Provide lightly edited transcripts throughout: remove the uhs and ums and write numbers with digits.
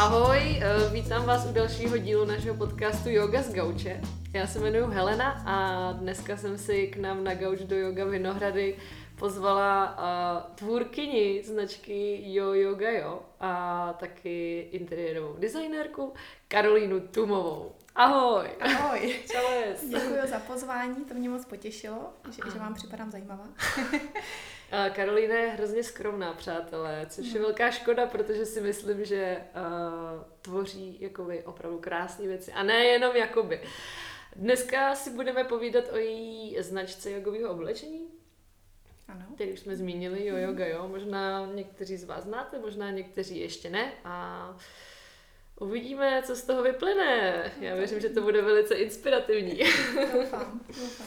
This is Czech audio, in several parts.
Ahoj, vítám vás u dalšího dílu našeho podcastu Yoga z gauče. Já se jmenuji Helena a dneska jsem si k nám na gauč do Yoga Vinohrady pozvala tvůrkyni značky Jo Yoga Jo a taky interiérovou designérku Karolínu Tumovou. Ahoj! Ahoj! Čales! Děkuji za pozvání, to mě moc potěšilo, že vám připadám zajímavá. Karolína je hrozně skromná, přátelé, což je velká škoda, protože si myslím, že tvoří jakoby opravdu krásné věci a ne jenom jakoby. Dneska si budeme povídat o její značce jogového oblečení, ano. Který už jsme zmínili, Jo Yoga Jo. Možná někteří z vás znáte, možná někteří ještě ne a uvidíme, co z toho vyplyne. Já věřím, že to bude velice inspirativní. Doufám.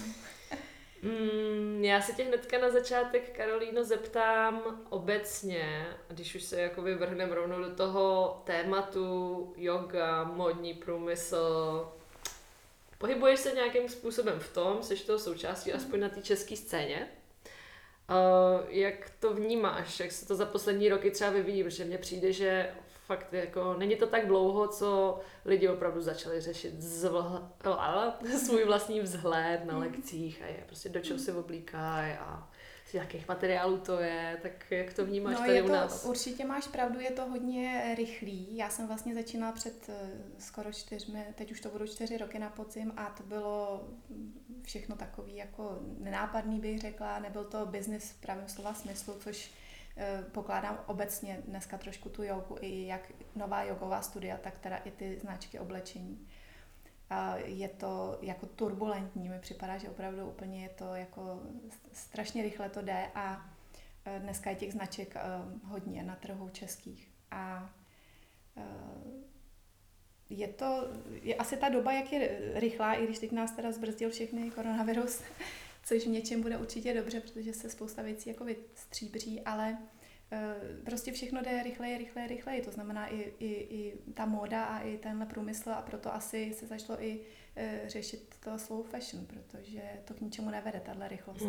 Já se tě hnedka na začátek, Karolíno, zeptám obecně, když už se jakoby vrhneme rovnou do toho tématu yoga, módní průmysl. Pohybuješ se nějakým způsobem v tom, jsi toho součástí, aspoň na té české scéně. Jak to vnímáš, jak se to za poslední roky třeba vyvíjí, protože mně přijde, že fakt jako není to tak dlouho, co lidi opravdu začali řešit svůj vlastní vzhled na lekcích a je prostě do čeho se oblíkají a z jakých materiálů to je, tak jak to vnímáš tady u nás? Určitě máš pravdu, je to hodně rychlý. Já jsem vlastně začínala před skoro 4, teď už to budou 4 roky na podzim a to bylo všechno takový jako nenápadný, bych řekla, nebyl to business v pravém slova smyslu, což pokládám obecně dneska trošku tu jogu i jak nová jogová studia, tak teda i ty značky oblečení. Je to jako turbulentní, mi připadá, že opravdu úplně je to jako strašně rychle to jde a dneska je těch značek hodně na trhu českých. A je asi ta doba, jak je rychlá, i když teď nás teda zbrzdil všechny koronavirus, což v něčem bude určitě dobře, protože se spousta věcí jako vystříbří, ale prostě všechno jde rychleji. To znamená i ta móda a i tenhle průmysl a proto asi se začalo i řešit to slow fashion, protože to k ničemu nevede, tahle rychlost.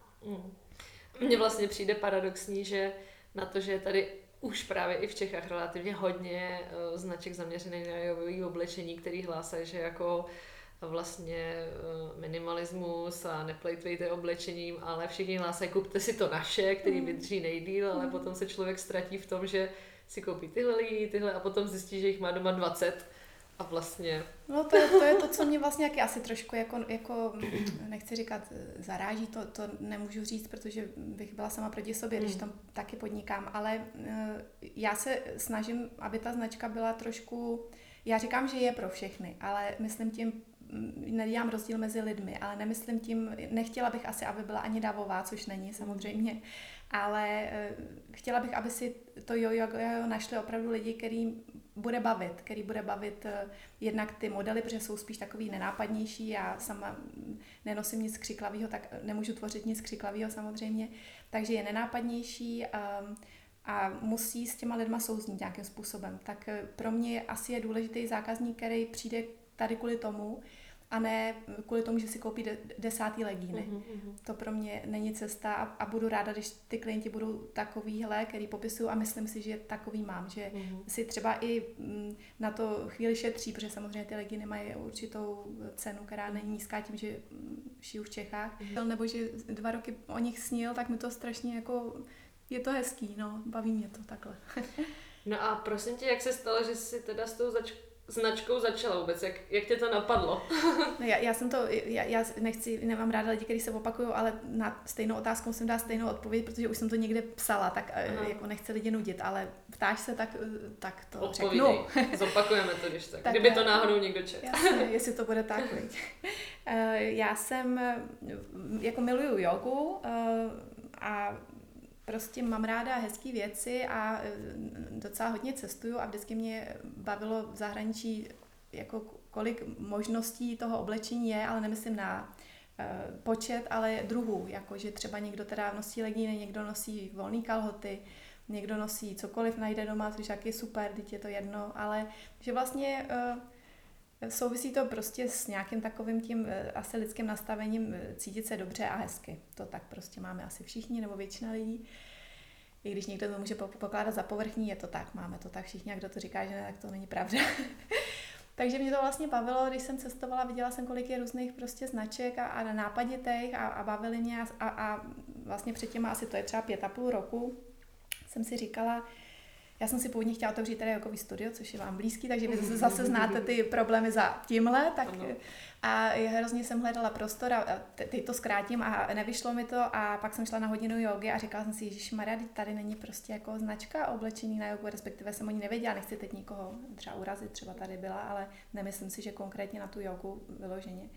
Mně vlastně přijde paradoxní, že na to, že je tady už právě i v Čechách relativně hodně značek zaměřených na jogové oblečení, který hlásají, že jako vlastně minimalismus a neplejtvejte oblečením, ale všichni hlásají, kupte si to naše, který vydrží nejdýl, ale potom se člověk ztratí v tom, že si koupí tyhle a potom zjistí, že jich má doma 20 a vlastně... No to je to, co mě vlastně asi trošku jako nechci říkat zaráží, to nemůžu říct, protože bych byla sama proti sobě, když tam taky podnikám, ale já se snažím, aby ta značka byla trošku, já říkám, že je pro všechny, ale myslím tím, nedělám rozdíl mezi lidmi, ale nemyslím tím, nechtěla bych asi, aby byla ani davová, což není samozřejmě, ale chtěla bych, aby si to Jo našli opravdu lidi, který bude bavit jednak ty modely, protože jsou spíš takový nenápadnější, já sama nenosím nic křiklavého, tak nemůžu tvořit nic křiklavého samozřejmě, takže je nenápadnější a musí s těma lidma souznít nějakým způsobem. Tak pro mě asi je důležitý zákazník, který přijde tady kvůli tomu, a ne kvůli tomu, že si koupí 10. legíny. To pro mě není cesta a budu ráda, když ty klienti budou takovýhle, který popisují a myslím si, že takový mám, že si třeba i na to chvíli šetří, protože samozřejmě ty legíny mají určitou cenu, která není nízká tím, že šiju v Čechách. Nebo že 2 roky o nich snil, tak mi to strašně jako, je to hezký, no, baví mě to takhle. No a prosím tě, jak se stalo, že jsi teda s tou značkou začala vůbec? Jak tě to napadlo? No já nemám ráda lidi, kteří se opakují, ale na stejnou otázku musím dát stejnou odpověď, protože už jsem to někde psala, tak jako nechci lidi nudit, ale ptáš se, tak to odpovídej. Řeknu. Zopakujeme to, když tak. Kdyby to náhodou někdo četl. Jasně, jestli to bude tak, viď. Já jsem, jako miluju jogu a prostě mám ráda hezký věci a docela hodně cestuju a vždycky mě bavilo v zahraničí, jako kolik možností toho oblečení je, ale nemyslím na počet, ale druhů, jako že třeba někdo teda nosí legíny, někdo nosí volný kalhoty, někdo nosí cokoliv najde doma, což taky super, teď je to jedno, ale že vlastně souvisí to prostě s nějakým takovým tím asi lidským nastavením cítit se dobře a hezky. To tak prostě máme asi všichni nebo většina lidí. i když někdo to může pokládat za povrchní, je to tak, máme to tak všichni, a kdo to říká, že ne, tak to není pravda. Takže mě to vlastně bavilo, když jsem cestovala, viděla jsem, kolik je různých prostě značek a nápaditých a bavili mě a vlastně před těma asi to je třeba 5,5 roku, jsem si říkala, já jsem si původně chtěla otevřít tady jakový studio, což je vám blízký, takže vy zase znáte ty problémy za tímhle, tak a hrozně jsem hledala prostor a teď to zkrátím a nevyšlo mi to a pak jsem šla na hodinu jogy a říkala jsem si, ježišmarja, tady není prostě jako značka oblečení na jogu, respektive jsem o ní nevěděla, nechci teď nikoho třeba urazit, třeba tady byla, ale nemyslím si, že konkrétně na tu jogu vyloženě.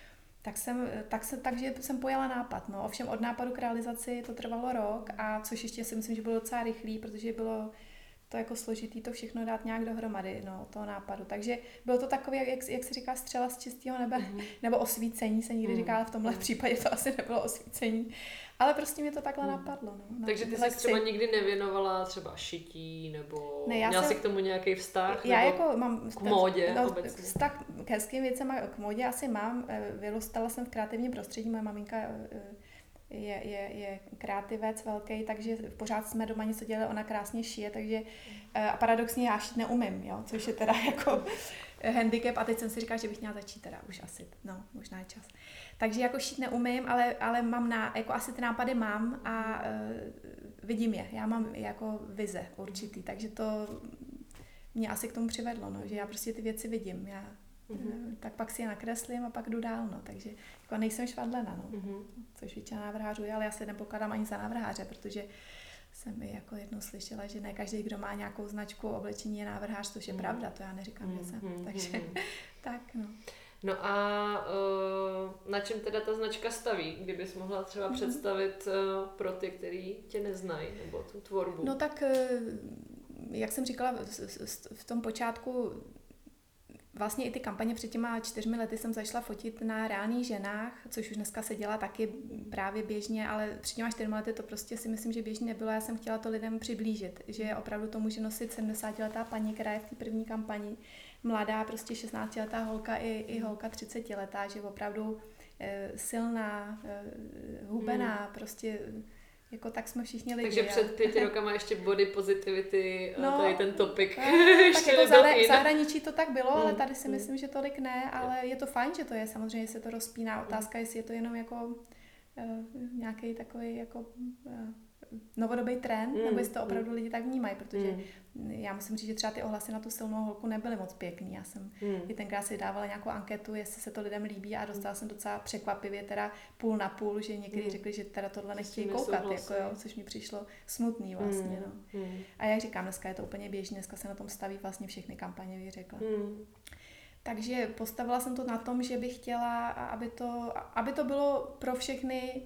Takže jsem pojala nápad, no. Ovšem od nápadu k realizaci to trvalo rok a což ještě si myslím, že bylo docela rychlý, protože bylo to jako složitý to všechno dát nějak dohromady, no, toho nápadu. Takže bylo to takové, jak se říká, střela z čistého nebe, nebo osvícení se někdy říká, ale v tomhle případě to asi nebylo osvícení. Ale prostě mě to takhle napadlo. No, takže ty jsi třeba nikdy nevěnovala třeba šití, nebo ne, měla jsi k tomu nějaký vztah? Já jako mám k módě obecně. Vztah k hezkým věcem a k módě asi mám. Vyrůstala jsem v kreativním prostředí, moje maminka je kreativec velký, takže pořád jsme doma něco dělali, ona krásně šije, takže a paradoxně já šít neumím, jo, což je teda jako handicap a teď jsem si říkala, že bych měla začít teda už asi, no, možná je čas. Takže jako šít neumím, ale mám jako asi ty nápady mám a vidím je, já mám jako vize určitý, takže to mě asi k tomu přivedlo, no, že já prostě ty věci vidím, tak pak si je nakreslím a pak jdu dál, no, takže jako nejsem švadlena, no, což většina návrhářů je, ale já se nepokládám ani za návrháře, protože jsem i jako jednou slyšela, že ne každý, kdo má nějakou značku oblečení, je návrhář, což je pravda, to já neříkám, že jsem, takže tak, no. No a na čem teda ta značka staví, kdybys mohla třeba představit pro ty, kteří tě neznají, nebo tu tvorbu? No tak, jak jsem říkala v tom počátku, vlastně i ty kampaně před těma 4 lety jsem začala fotit na reálných ženách, což už dneska se dělá taky právě běžně, ale před těma 4 lety to prostě si myslím, že běžně nebylo. Já jsem chtěla to lidem přiblížit, že opravdu to může nosit 70letá paní, která je v té první kampani, mladá, prostě 16letá holka i holka 30letá, že opravdu silná, hubená, prostě jako tak jsme všichni lidi. Takže před 5 rokama ještě body positivity, tady ten topik. Tak jako v zahraničí to tak bylo, ale tady si myslím, že tolik ne, ale je to fajn, že to je, samozřejmě se to rozpíná. Otázka, jestli je to jenom jako nějaký takový jako novodobý trend, nebo jestli to opravdu lidi tak vnímají, protože já musím říct, že třeba ty ohlasy na tu silnou holku nebyly moc pěkný. Já jsem i tenkrát si dávala nějakou anketu, jestli se to lidem líbí a dostala jsem docela překvapivě teda půl na půl, že někdy řekli, že teda tohle nechtějí koukat, jako jo, což mi přišlo smutný vlastně. No. A jak říkám, dneska je to úplně běžné, dneska se na tom staví vlastně všechny kampaně, bych řekla. Takže postavila jsem to na tom, že bych chtěla, aby to bylo pro všechny,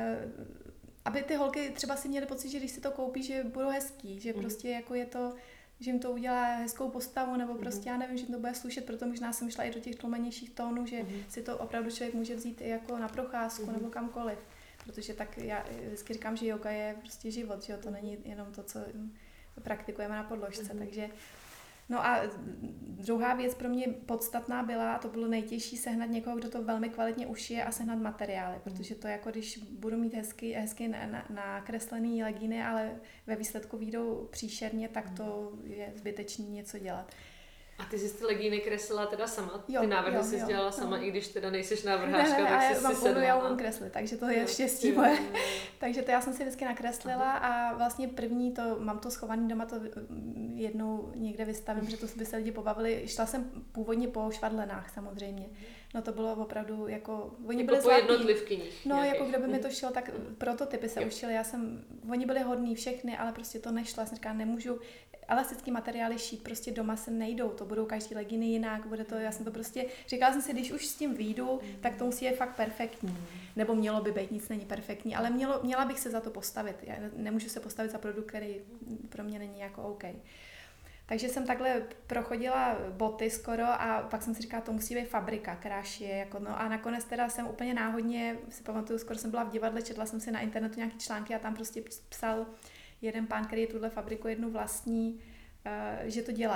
aby ty holky třeba si měly pocit, že když si to koupí, že budou hezký, že prostě jako je to, že jim to udělá hezkou postavu, nebo prostě já nevím, že to bude slušet, proto možná jsem šla i do těch tlumenějších tónů, že si to opravdu člověk může vzít i jako na procházku nebo kamkoliv. Protože tak já vždycky říkám, že yoga je prostě život, že jo, to není jenom to, co praktikujeme na podložce, takže no a druhá věc pro mě podstatná byla, a to bylo nejtěžší, sehnat někoho, kdo to velmi kvalitně ušije a sehnat materiály, protože to jako když budu mít hezky nakreslený legíny, ale ve výsledku vyjdou příšerně, tak to je zbytečný něco dělat. A ty jsi ty legíny kreslila teda sama? Ty návrhy jsi dělala sama, i když teda nejseš návrhářka, ne, tak jsi si sedla. Já umím kreslit, takže to je štěstí moje. Takže to já jsem si vždycky nakreslila a vlastně první mám to schovaný doma, to jednou někde vystavím, že to by se lidi pobavili. Šla jsem původně po švadlenách samozřejmě. No to bylo opravdu jako, oni byli po jednotlivkyních. No nějakých. Jako kdo by mi to šlo, tak prototypy se ušily. Oni byli hodní všechny, ale prostě to nešlo. Já jsem říkala, nemůžu elastický materiály šít, prostě doma se nejdou, to budou každý legíny jinak, bude to, já jsem to prostě, říkala jsem si, když už s tím vyjdu, tak to musí je fakt perfektní. Nebo mělo by být, nic není perfektní, ale měla bych se za to postavit. Já nemůžu se postavit za produkt, který pro mě není jako OK. Takže jsem takhle prochodila boty skoro a pak jsem si říkala, to musí být fabrika, která šije. Jako no a nakonec teda jsem úplně náhodně, si pamatuju, skoro jsem byla v divadle, četla jsem si na internetu nějaký články a tam prostě psal jeden pán, který tuhle fabriku jednu vlastní, že to dělají.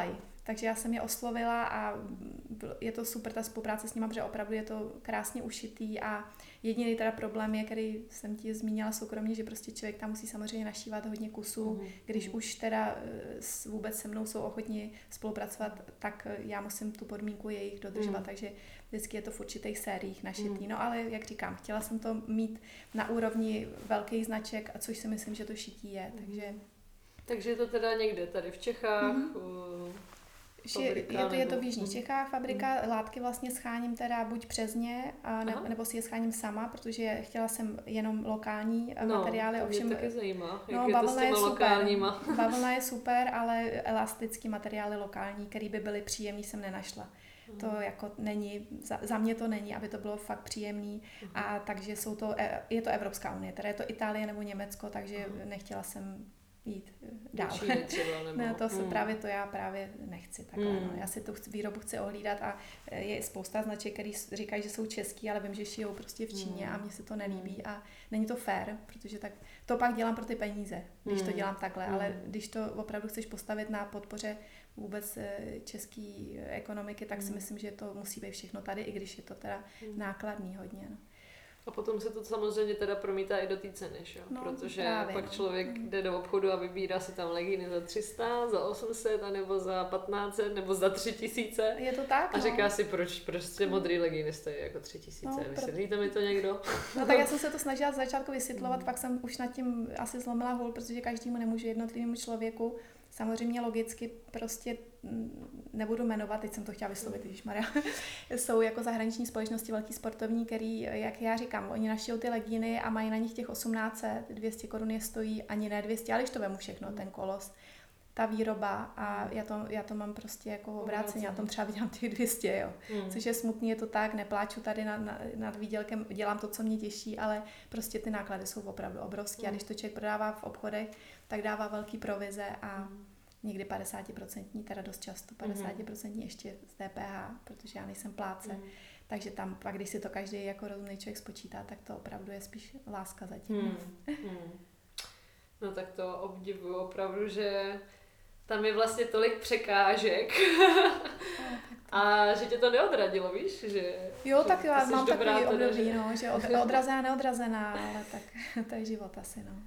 Takže já jsem je oslovila a je to super ta spolupráce s nimi, protože opravdu je to krásně ušitý a jediný teda problém je, který jsem ti zmínila soukromně, že prostě člověk tam musí samozřejmě našívat hodně kusů. Když už teda vůbec se mnou jsou ochotni spolupracovat, tak já musím tu podmínku jejich dodržovat, takže vždycky je to v určitých sériích našitý. No ale jak říkám, chtěla jsem to mít na úrovni velkých značek, a což si myslím, že to šití je, Takže je to teda někde tady v Čechách, je to v jižních Čechách fabrika, látky vlastně scháním teda buď přes ně, nebo si je scháním sama, protože chtěla jsem jenom lokální materiály. Ovšem, mě taky zajímá, jak je to bavlna s těma lokálníma. Bavlna je super, ale elastický materiály lokální, který by byly příjemný, jsem nenašla. To jako není, za mě to není, aby to bylo fakt příjemný. A takže je to Evropská unie, teda je to Itálie nebo Německo, takže nechtěla jsem jít dál. Třeba, nebo... Ne, právě to já právě nechci takhle. No. Já si tu výrobu chci ohlídat a je spousta značek, který říkají, že jsou český, ale vím, že šijou prostě v Číně a mně se to nelíbí a není to fair, protože tak to pak dělám pro ty peníze, když to dělám takhle, ale když to opravdu chceš postavit na podpoře vůbec české ekonomiky, tak si myslím, že to musí být všechno tady, i když je to teda nákladný hodně. No. A potom se to samozřejmě teda promítá i do té ceny, že? Protože právě, pak člověk jde do obchodu a vybírá si tam legíny za 300, za 800, anebo za 1500, nebo za 3000. Je to tak, a říká si, proč prostě modrý legíny stojí jako 3000. Vysvětlíte mi to někdo? No tak já jsem se to snažila z začátku vysvětlovat, pak jsem už nad tím asi zlomila hůl, protože každému nemůžu jednotlivému člověku. Samozřejmě logicky prostě nebudu jmenovat, teď jsem to chtěla vyslovit, ježišmarja, jsou jako zahraniční společnosti velký sportovní, který, jak já říkám, oni našijou ty legíny a mají na nich těch 1800, 200 korun je stojí, ani ne 200, ale když to vemu všechno, ten kolos, ta výroba a já to mám prostě jako obráceně, já tom třeba vydělám těch 200, jo. Což je smutný, je to tak, nepláču tady nad výdělkem, dělám to, co mě těší, ale prostě ty náklady jsou opravdu obrovské a když to člověk prodává v obchodech, tak dává velký provize a někdy 50%, teda dost často 50% ještě z DPH, protože já nejsem plátce. Takže tam pak, když si to každý jako rozumný člověk spočítá, tak to opravdu je spíš láska zatím. No tak to obdivuju opravdu, že tam je vlastně tolik překážek a že tě to neodradilo, víš? Jo, tak já mám takový období, no, že odrazená, neodrazená, ale tak to je život asi, no.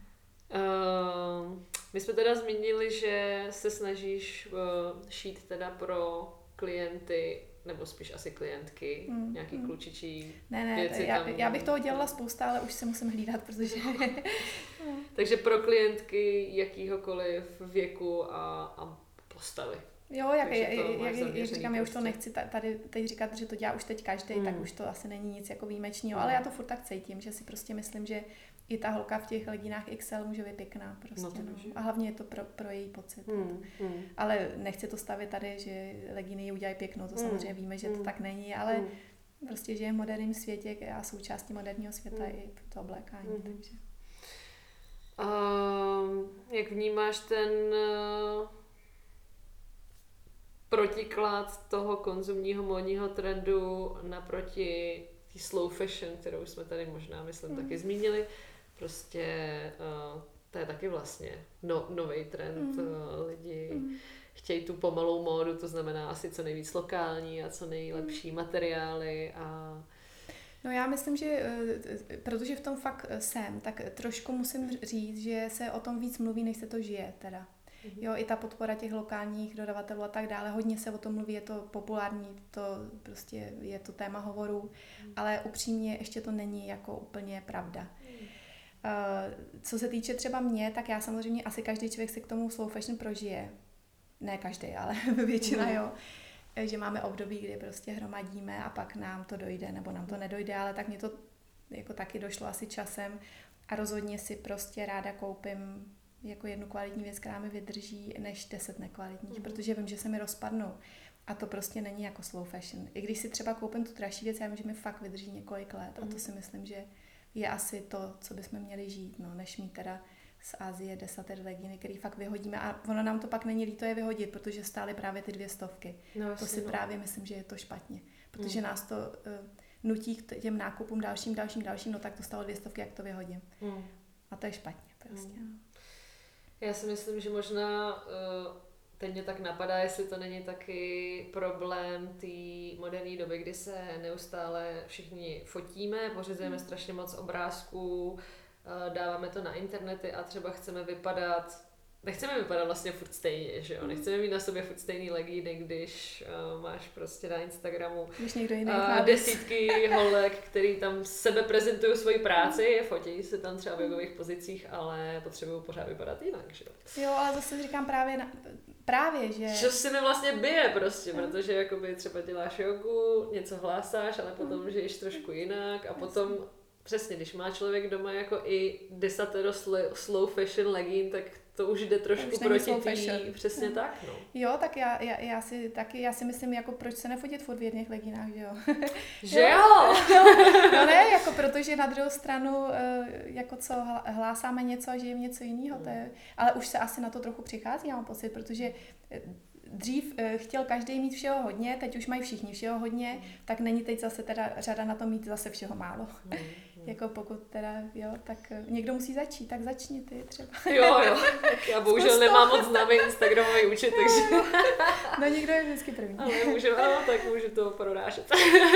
My jsme teda zmínili, že se snažíš šít teda pro klienty, nebo spíš asi klientky, nějaký klučičí věci. Já bych toho dělala spousta, ale už se musím hlídat, protože... Takže pro klientky jakýhokoliv věku a postavy. Jo, jak říkám, já už to nechci tady teď říkat, že to dělá už teď každý, tak už to asi není nic jako výjimečného, ale já to furt tak cítím, že si prostě myslím, že i ta holka v těch legínách XL může být pěkná prostě, no. A hlavně je to pro její pocit. Ale nechci to stavit tady, že legíny ji udělají pěknou, to samozřejmě víme, že to tak není, ale prostě žije v moderním světě a součástí moderního světa i to oblékání, takže. Jak vnímáš ten protiklad toho konzumního módního trendu naproti té slow fashion, kterou jsme tady možná, myslím, taky zmínili. Prostě to je taky vlastně nový trend. Lidi chtějí tu pomalou módu, to znamená asi co nejvíc lokální a co nejlepší materiály a... No já myslím, že protože v tom fakt jsem, tak trošku musím říct, že se o tom víc mluví, než se to žije teda. Jo, i ta podpora těch lokálních dodavatelů a tak dále, hodně se o tom mluví, je to populární, to prostě je to téma hovorů, ale upřímně ještě to není jako úplně pravda. Co se týče třeba mě, tak já samozřejmě, asi každý člověk se k tomu slow fashion prožije. Ne každý, ale většina jo. Že máme období, kdy prostě hromadíme a pak nám to dojde, nebo nám to nedojde, ale tak mě to jako taky došlo asi časem a rozhodně si prostě ráda koupím jako jednu kvalitní věc, která mi vydrží, než 10 nekvalitních, protože vím, že se mi rozpadnou. A to prostě není jako slow fashion. I když si třeba koupím tu dražší věc, já vím, že mi fakt vydrží několik let. A to si myslím, že je asi to, co bychom měli žít, no, než mít teda z Asie 10 legíny, který fakt vyhodíme. A ono nám to pak není líto je vyhodit, protože stály právě ty 200. No, to si právě myslím, že je to špatně. Protože nás to nutí k těm nákupům dalším, no tak to stalo 200, jak to vyhodím. A to je špatně prostě. Já si myslím, že možná teď mě tak napadá, jestli to není taky problém té moderní doby, kdy se neustále všichni fotíme, pořizujeme strašně moc obrázků, dáváme to na internety a třeba nechceme vypadat vlastně furt stejně, že jo? Nechceme mít na sobě furt stejný legíny, když máš prostě na Instagramu desítky holek, který tam sebe prezentují svoji práci, fotí se tam třeba v jogových pozicích, ale potřebují pořád vypadat jinak, že jo? Jo, ale zase říkám právě, že... Že si mi vlastně bije prostě, protože jakoby třeba děláš jogu, něco hlásáš, ale potom žiješ trošku jinak a potom přesně, když má člověk doma jako i desatero slow fashion legín, tak to už jde trošku proti tý, přesně tak, no. Jo, tak já si myslím, jako proč se nefotit furt v jedných legínách, že jo? Že jo? No ne, jako protože na druhou stranu, jako co, hlásáme něco a žijeme něco jiného, ale už se asi na to trochu přichází, já mám pocit, protože dřív chtěl každý mít všeho hodně, teď už mají všichni všeho hodně, tak není teď zase teda řada na to mít zase všeho málo. Jako pokud teda, jo, tak někdo musí začít, tak začni ty třeba. Jo, tak já bohužel nemám moc známý Instagramový účet, takže... No někdo je vždycky první. Ale můžu to prorážet.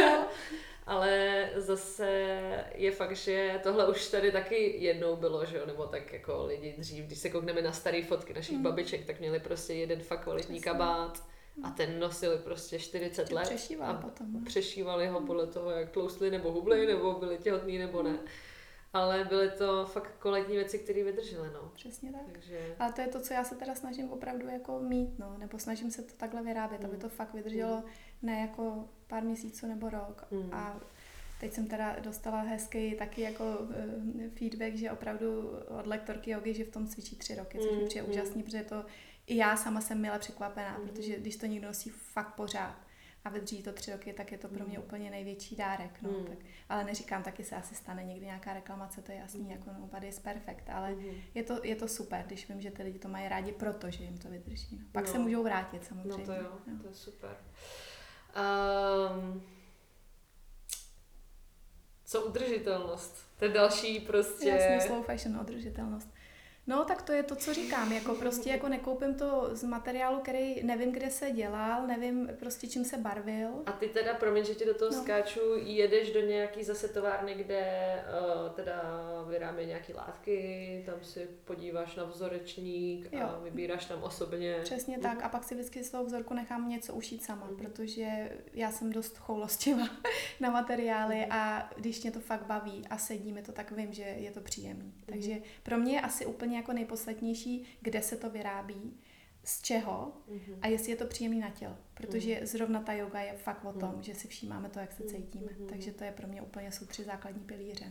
Ale zase je fakt, že tohle už tady taky jednou bylo, že jo, nebo tak jako lidi dřív, když se koukneme na staré fotky našich babiček, tak měli prostě jeden fakt kvalitní kabát a ten nosili prostě 40 let a přešívali ho podle toho, jak tloustli nebo hubli, nebo byli těhotní nebo ne. Ale byly to fakt kvalitní věci, které vydržely, no. Přesně tak. Takže... Ale to je to, co já se teda snažím opravdu jako mít, no, nebo snažím se to takhle vyrábět, aby to fakt vydrželo ne jako pár měsíců nebo rok. A teď jsem teda dostala hezký taky jako feedback, že opravdu od lektorky jogy, že v tom cvičí 3 roky, což mi přijde úžasný, protože to i já sama jsem mile překvapená, protože když to někdo nosí fakt pořád a vydrží to 3 roky, tak je to pro mě úplně největší dárek. No, tak, ale neříkám, taky se asi stane někdy nějaká reklamace, to je jasný, jako nobody is perfect, ale je to super, když vím, že ty lidi to mají rádi, protože jim to vydrží. No. Pak se můžou vrátit samozřejmě. No to jo, to je super. Co udržitelnost? To je další prostě... Jasně, slow fashion, udržitelnost. No, tak to je to, co říkám, jako prostě jako nekoupím to z materiálu, který nevím, kde se dělal, nevím prostě, čím se barvil. A ty teda, promiň, že ti do toho skáču, jedeš do nějaký zase továrny, kde teda vyrábějí nějaký látky, tam si podíváš na vzorečník a vybíráš tam osobně. Přesně tak, a pak si vždycky z toho vzorku nechám něco ušít sama, protože já jsem dost choulostivá na materiály a když mě to fakt baví a sedí mi to, tak vím, že je to příjemný. Takže pro mě je asi úplně jako nejpodstatnější, kde se to vyrábí, z čeho a jestli je to příjemný na tělo. Protože zrovna ta yoga je fakt o tom, že si všímáme to, jak se cítíme. Takže to je pro mě úplně jsou 3 základní pilíře.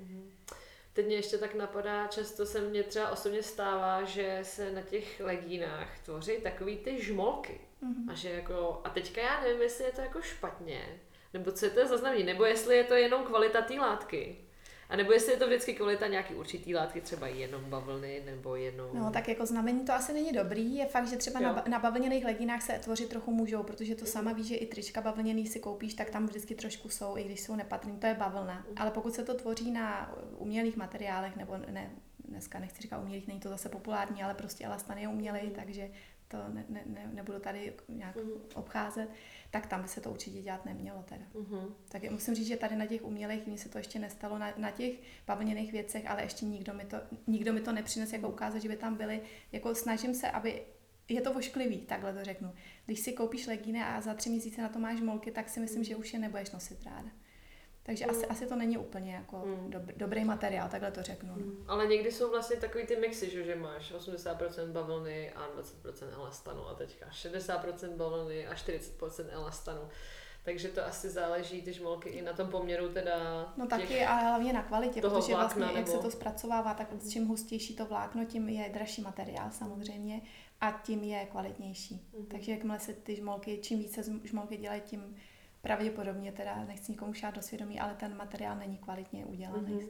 Teď mě ještě tak napadá, často se mně třeba osobně stává, že se na těch legínách tvoří takový ty žmolky. A že jako, a teďka já nevím, jestli je to jako špatně, nebo co je to za znamení, nebo jestli je to jenom kvalita té látky. A nebo jestli je to vždycky kvalita nějaký určitý látky, třeba jenom bavlny, nebo jenom... No tak jako znamení to asi není dobrý, je fakt, že třeba na bavlněných legínách se tvořit trochu můžou, protože to sama víš, že i trička bavlněný si koupíš, tak tam vždycky trošku jsou, i když jsou nepatrný, to je bavlna. Ale pokud se to tvoří na umělých materiálech, nebo ne, dneska nechci říkat umělých, není to zase populární, ale prostě elastan je umělej, takže to nebudu tady nějak obcházet, tak tam by se to určitě dělat nemělo teda. Tak musím říct, že tady na těch umělých mně se to ještě nestalo, na těch bavlněných věcech, ale ještě nikdo mi to nepřines jako ukázat, že by tam byly, jako snažím se, aby je to ošklivý, takhle to řeknu. Když si koupíš legíny a za 3 měsíce na to máš žmolky, tak si myslím, že už je nebudeš nosit ráda. Takže asi to není úplně jako dobrý materiál, takhle to řeknu. Ale někdy jsou vlastně takový ty mixy, že máš 80% bavlny a 20% elastanu a teďka 60% bavlny a 40% elastanu. Takže to asi záleží ty žmolky i na tom poměru teda... No taky, ale hlavně na kvalitě, protože vlastně jak se to zpracovává, tak čím hustější to vlákno, tím je dražší materiál samozřejmě a tím je kvalitnější. Takže jakmile se ty žmolky, čím více žmolky dělají, tím pravděpodobně teda, nechci nikomu šát do svědomí, ale ten materiál není kvalitně udělaný.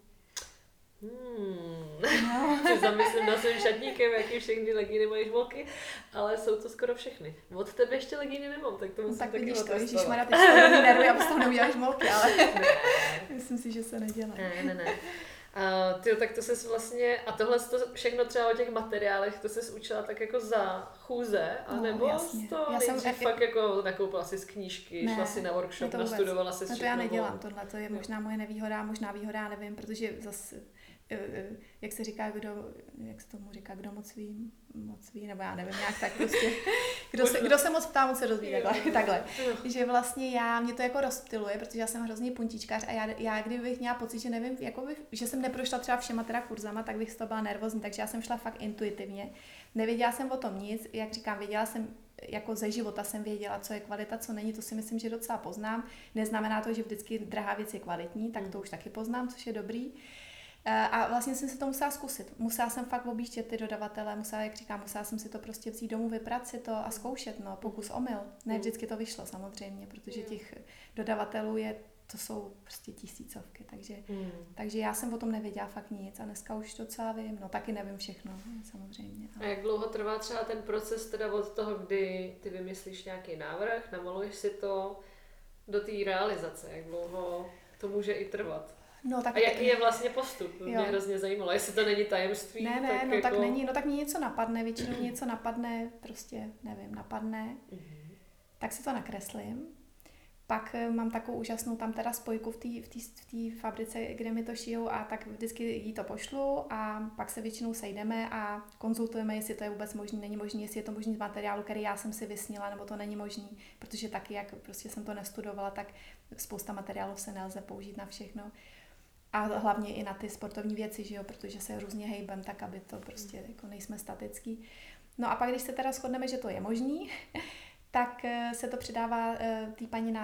Si zamyslím na svým šatníkem, jaký všechny legíny mají žmolky, ale jsou to skoro všechny. Od tebe ještě legíny nemám, tak to musím tak taky otestovat. Ježišmarja, teď se nervy, abys tam neudělala žmolky, ale myslím si, že se nedělá. Ne. Ty, tak to ses vlastně, a tohle to všechno třeba o těch materiálech, to ses učila tak jako za chůze, anebo to nejdřív fakt jako nakoupila si z knížky, šla si na workshop, nastudovala si všechno. To já nedělám, tohle to je možná moje nevýhoda, možná výhoda, nevím, protože zase jak se říká, jak se tomu říká, kdo moc ví, nebo já nevím, nějak tak prostě, kdo se moc ptá, moc se dozví, takhle. Že vlastně mě to jako rozptyluje, protože já jsem hrozný puntíčkář a já kdybych měla pocit, že nevím, jakoby, že jsem neprošla třeba všema teda kurzama, tak bych z toho byla nervózní, takže já jsem šla fakt intuitivně. Nevěděla jsem o tom nic, jak říkám, věděla jsem, jako ze života jsem věděla, co je kvalita, co není, to si myslím, že docela poznám. Neznamená to, že vždycky drahá věc je kvalitní, tak to už taky poznám, což je dobrý. A vlastně jsem si to musela zkusit. Musela jsem fakt objíždět ty dodavatele, musela jsem si to prostě vzít domů, vyprat si to a zkoušet, pokus omyl. Ne vždycky to vyšlo samozřejmě, protože těch dodavatelů to jsou prostě tisícovky, takže já jsem o tom nevěděla fakt nic a dneska už docela vím, taky nevím všechno, samozřejmě. A jak dlouho trvá třeba ten proces teda od toho, kdy ty vymyslíš nějaký návrh, namaluješ si to, do té realizace, jak dlouho to může i trvat? A jaký je vlastně postup? Mě hrozně zajímalo, jestli to není tajemství. Tak není, tak mě něco napadne, většinou něco napadne, prostě nevím, tak si to nakreslím. Pak mám takovou úžasnou tam teda spojku v té fabrice, kde mi to šijou a tak vždycky jí to pošlu a pak se většinou sejdeme a konzultujeme, jestli to je vůbec možný, není možný, jestli je to možný z materiálu, který já jsem si vysnila, nebo to není možný, protože taky, jak prostě jsem to nestudovala, tak spousta materiálů se nelze použít na všechno. A hlavně i na ty sportovní věci, že jo, protože se různě hejbem, tak aby to prostě jako nejsme statický. No a pak, když se teda shodneme, že to je možný, tak se to předává té paní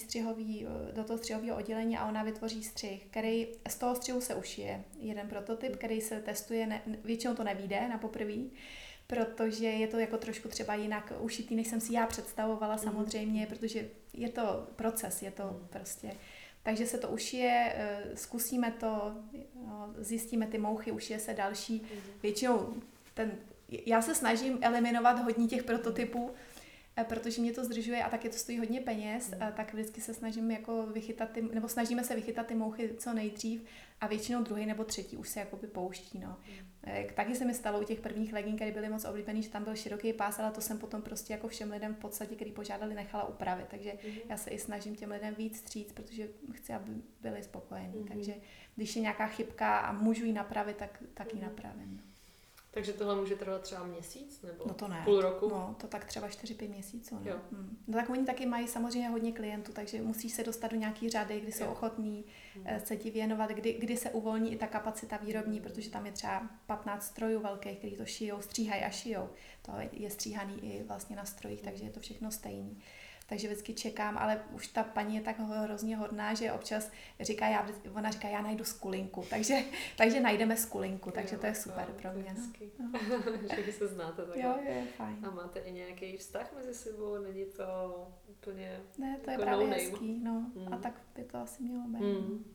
do toho střihového oddělení a ona vytvoří střih, který z toho střihu se ušije. Jeden prototyp, který se testuje, většinou to nevyjde na poprvé, protože je to jako trošku třeba jinak ušitý, než jsem si já představovala samozřejmě, protože je to proces, je to prostě... Takže se to ušije, zkusíme to, zjistíme ty mouchy, ušije se další. Většinou já se snažím eliminovat hodně těch prototypů, protože mě to zdržuje a taky to stojí hodně peněz, tak vždycky se snažím jako snažíme se vychytat ty mouchy co nejdřív a většinou druhý nebo třetí už se jakoby pouští. Taky se mi stalo u těch prvních legín, které byly moc oblíbený, že tam byl široký pás, ale to jsem potom prostě jako všem lidem v podstatě, který požádali, nechala upravit. Takže já se i snažím těm lidem víc vstříc, protože chci, aby byli spokojení. Takže když je nějaká chybka a můžu ji napravit, tak ji napravím. Takže tohle může trvat třeba měsíc nebo to ne. Půl roku? To tak třeba 4-5 měsíců. No tak oni taky mají samozřejmě hodně klientů, takže musíš se dostat do nějaký řady, kdy jsou ochotní se ti věnovat, kdy se uvolní i ta kapacita výrobní, protože tam je třeba 15 strojů velkých, který to šijou, stříhají a šijou. To je stříhaný i vlastně na strojích, takže je to všechno stejný. Takže vždycky čekám, ale už ta paní je tak hrozně hodná, že občas ona říká, já najdu skulinku, takže najdeme skulinku, takže to je super pro mě. Že se znáte tak. Jo, je fajn. A máte i nějaký vztah mezi sebou, není to úplně ne, to je právě hezký, a tak by to asi mělo být.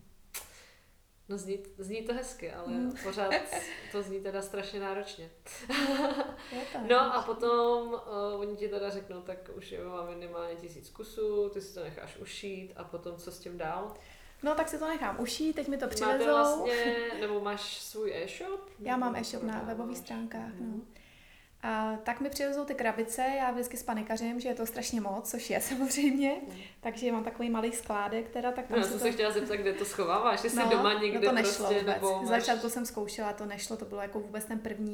No zní to hezky, ale pořád to zní teda strašně náročně. No a potom oni ti teda řeknou, tak už mám minimálně 1000 kusů, ty si to necháš ušít a potom co s tím dál? No tak si to nechám ušít, teď mi to přivezou. Máte vlastně, nebo máš svůj e-shop? Já mám e-shop na webových stránkách, A tak mi přivezou ty krabice, já vždycky spanikařím, že je to strašně moc, což je samozřejmě, takže mám takový malý skládek, teda tak tam jsem se chtěla zeptat, kde to schováváš, jestli doma někde to nešlo prostě, vůbec. Nebo máš... Začátku jsem zkoušela, to nešlo, to bylo jako vůbec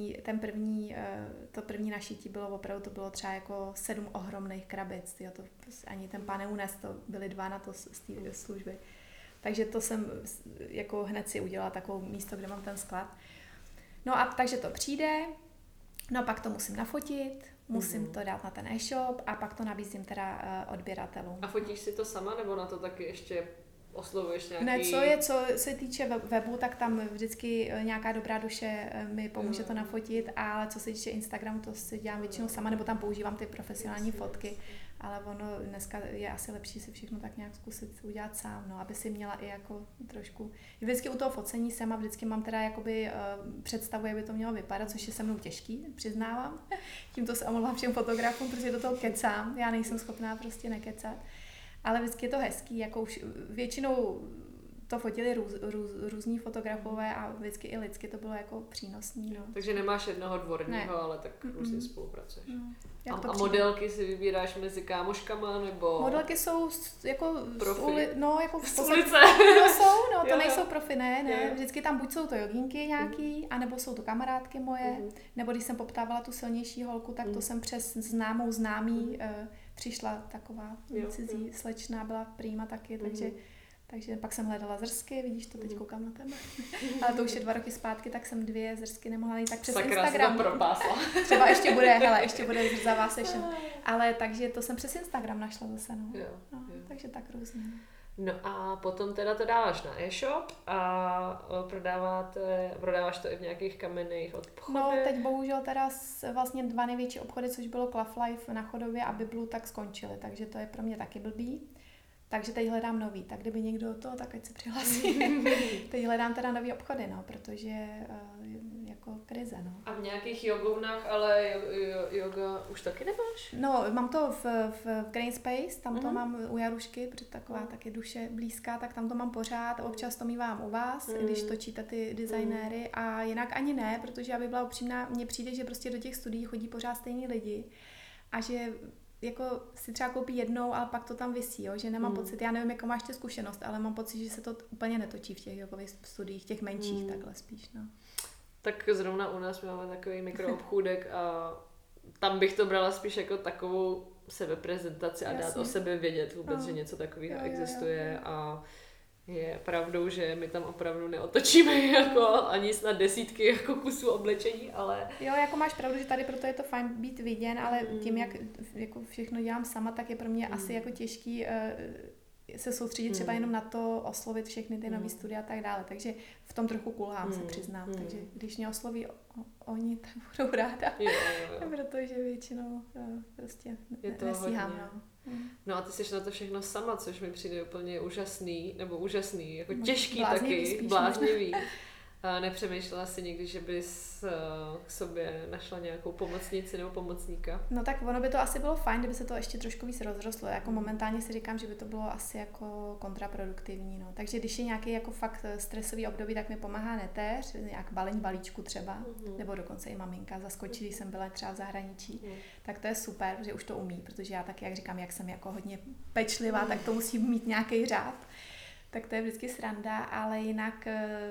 to první našití bylo opravdu, to bylo třeba jako 7 ohromných krabic, to ani ten pán neunes, to byly 2 na to z té služby. Takže to jsem jako hned si udělala takovou místo, kde mám ten sklad. No a takže to přijde. No pak to musím nafotit, musím to dát na ten e-shop a pak to nabízím teda odběratelům. A fotíš si to sama, nebo na to taky ještě oslovuješ nějaký... Ne, co se týče webu, tak tam vždycky nějaká dobrá duše mi pomůže to nafotit, ale co se týče Instagramu, to si dělám většinou sama, nebo tam používám ty profesionální fotky, ale ono dneska je asi lepší si všechno tak nějak zkusit udělat sám, aby si měla i jako trošku... Vždycky u toho focení jsem a vždycky mám teda jakoby představu, jak by to mělo vypadat, což je se mnou těžký, přiznávám. Tímto se omlouvám všem fotografům, protože do toho kecám, já nejsem schopná prostě nekecat. Ale vždycky je to hezký, jako už většinou to fotili různí fotografové a vždycky i lidsky to bylo jako přínosný. No. Takže nemáš jednoho dvorního, ale tak různě spolupracuješ. No. A modelky si vybíráš mezi kámoškama, nebo... Modelky jsou jako profi? Jako z ulice. To nejsou profi, ne. Vždycky tam buď jsou to jogínky nějaký, anebo jsou to kamarádky moje, nebo když jsem poptávala tu silnější holku, tak to jsem přes známý přišla taková cizí slečna, byla prýma taky, takže pak jsem hledala zrsky, vidíš to, teď koukám na tebe. Ale to už je 2 roky zpátky, tak jsem 2 zrsky nemohla jít tak přes Instagram. Propásla. Třeba ještě bude zrzavá session. Ale takže to jsem přes Instagram našla zase, no. Jo. Takže tak různě. No a potom teda to dáváš na e-shop a prodáváš to i v nějakých kamenných obchodech? No teď bohužel teda vlastně 2 největší obchody, což bylo Club Life na Chodově a Biblu, tak skončily, takže to je pro mě taky blbý. Takže teď hledám nový, tak kdyby někdo to, tak ať se přihlásí. Teď hledám teda nový obchody, no, protože jako krize, no. A v nějakých jogovnách, ale yoga už taky nemáš? No, mám to v Green Space, tam to mám u Jarušky, protože taková taky duše blízká, tak tam to mám pořád, občas to mívám u vás, když točíte ty designéry a jinak ani ne, protože aby byla upřímná, mně přijde, že prostě do těch studií chodí pořád stejní lidi a že jako si třeba koupí jednou, ale pak to tam visí, jo? Že nemám pocit, já nevím, jakou máš ty zkušenost, ale mám pocit, že se to úplně netočí v těch jogových studiích, těch menších takhle spíš, no. Tak zrovna u nás máme takový mikroobchůdek a tam bych to brala spíš jako takovou sebeprezentaci a dát o sebe vědět vůbec, že něco takového existuje a je pravdou, že my tam opravdu neotočíme jako ani snad desítky jako kusů oblečení, ale... Jo, jako máš pravdu, že tady proto je to fajn být viděn, ale tím, jak jako všechno dělám sama, tak je pro mě asi jako těžký se soustředit třeba jenom na to, oslovit všechny ty nový studia a tak dále. Takže v tom trochu kulhám, se přiznám. Takže když mě osloví oni, tak budou ráda. Jo. Protože většinou prostě nestíhám. No. No a ty jsi na to všechno sama, což mi přijde úplně úžasný, jako těžký bláznivý taky, spíš, bláznivý. A nepřemýšlela jsi někdy, že bys k sobě našla nějakou pomocnici nebo pomocníka? No tak ono by to asi bylo fajn, kdyby se to ještě trošku víc rozrostlo. Jako momentálně si říkám, že by to bylo asi jako kontraproduktivní. No. Takže když je nějaký jako fakt stresový období, tak mi pomáhá netéř, nějak balení balíčku třeba, nebo dokonce i maminka zaskočí, když jsem byla třeba v zahraničí. Tak to je super, že už to umí, protože já taky, jak říkám, jak jsem jako hodně pečlivá, tak to musím mít nějaký řád. Tak to je vždycky sranda, ale jinak